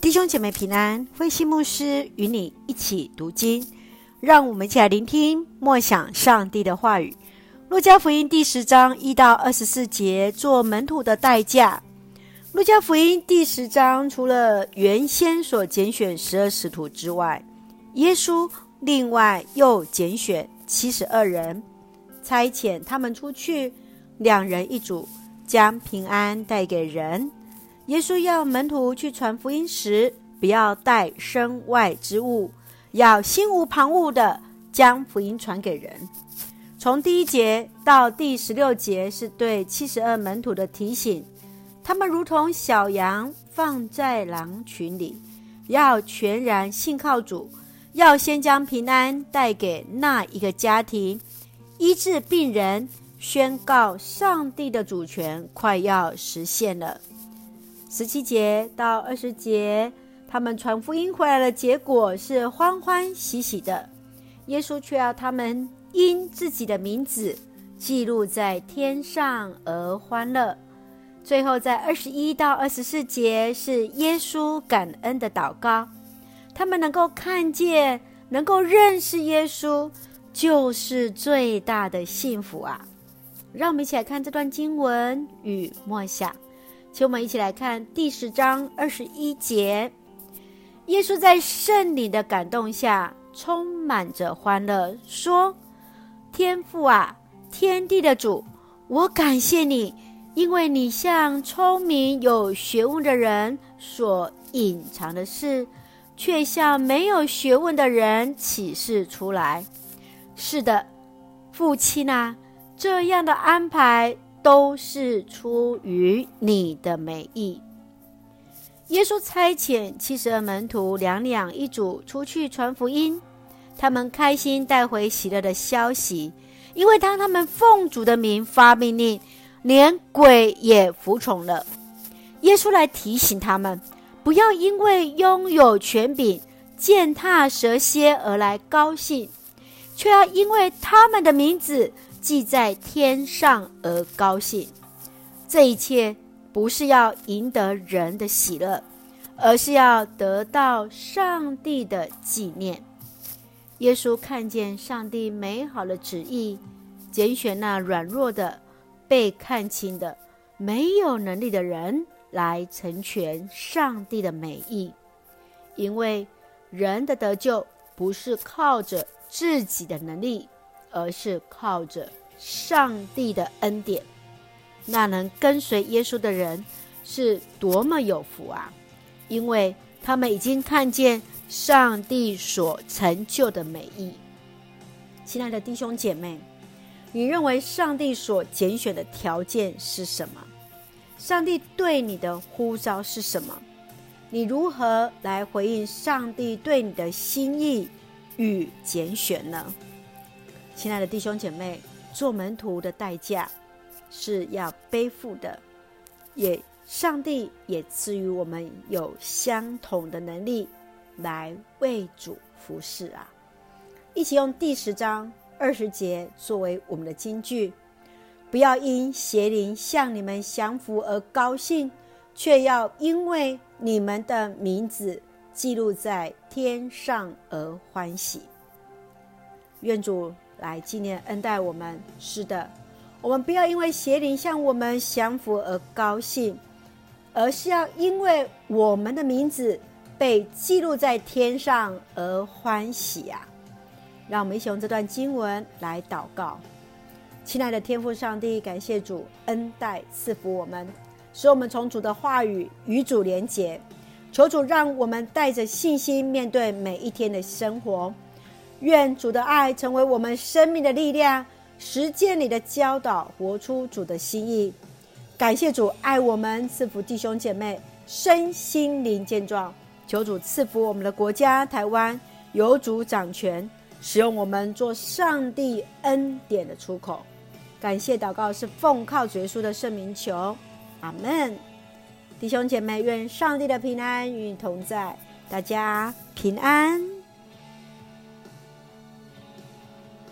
弟兄姐妹平安，慧馨牧师与你一起读经，让我们一起来聆听默想上帝的话语。路加福音第10章1到24节，做门徒的代价。路加福音第10章除了原先所拣选12使徒之外，耶稣另外又拣选72人，差遣他们出去，2人一组，将平安带给人。耶稣要门徒去传福音时，不要带身外之物，要心无旁骛的将福音传给人。从第1节到第16节是对72门徒的提醒，他们如同小羊放在狼群里，要全然信靠主，要先将平安带给那一个家庭，医治病人，宣告上帝的主权快要实现了。17节到20节，他们传福音回来的结果是欢欢喜喜的，耶稣却要他们因自己的名字记录在天上而欢乐。最后在21到24节是耶稣感恩的祷告，他们能够看见，能够认识耶稣，就是最大的幸福啊！让我们一起来看这段经文与默想。请我们一起来看第10章21节，耶稣在圣灵的感动下充满着欢乐，说：天父啊，天地的主，我感谢你，因为你向聪明有学问的人所隐藏的事，却向没有学问的人启示出来。是的，父亲啊，这样的安排都是出于你的美意。耶稣差遣72门徒2两一组出去传福音，他们开心带回喜乐的消息，因为当他们奉主的名发命令，连鬼也服从了。耶稣来提醒他们，不要因为拥有权柄践踏蛇蝎而来高兴，却要因为他们的名字记在天上而高兴。这一切不是要赢得人的喜乐，而是要得到上帝的纪念。耶稣看见上帝美好的旨意，拣选那软弱的、被看轻的、没有能力的人来成全上帝的美意。因为人的得救不是靠着自己的能力，而是靠着上帝的恩典。那能跟随耶稣的人是多么有福啊！因为他们已经看见上帝所成就的美意。亲爱的弟兄姐妹，你认为上帝所拣选的条件是什么？上帝对你的呼召是什么？你如何来回应上帝对你的心意与拣选呢？亲爱的弟兄姐妹，做门徒的代价是要背负的，上帝也赐予我们有相同的能力来为主服事啊！一起用第10章20节作为我们的金句，不要因邪灵向你们降服而高兴，却要因为你们的名字记录在天上而欢喜。愿主来纪念恩待我们。是的，我们不要因为邪灵向我们降服而高兴，而是要因为我们的名字被记录在天上而欢喜啊！让我们一起用这段经文来祷告。亲爱的天父上帝，感谢主恩待赐福我们，使我们从主的话语与主连结。求主让我们带着信心面对每一天的生活，愿主的爱成为我们生命的力量，实践你的教导，活出主的心意。感谢主爱我们，赐福弟兄姐妹身心灵健壮。求主赐福我们的国家台湾，有主掌权，使用我们做上帝恩典的出口。感谢祷告是奉靠主耶稣的圣名求，阿们。弟兄姐妹，愿上帝的平安与你同在，大家平安。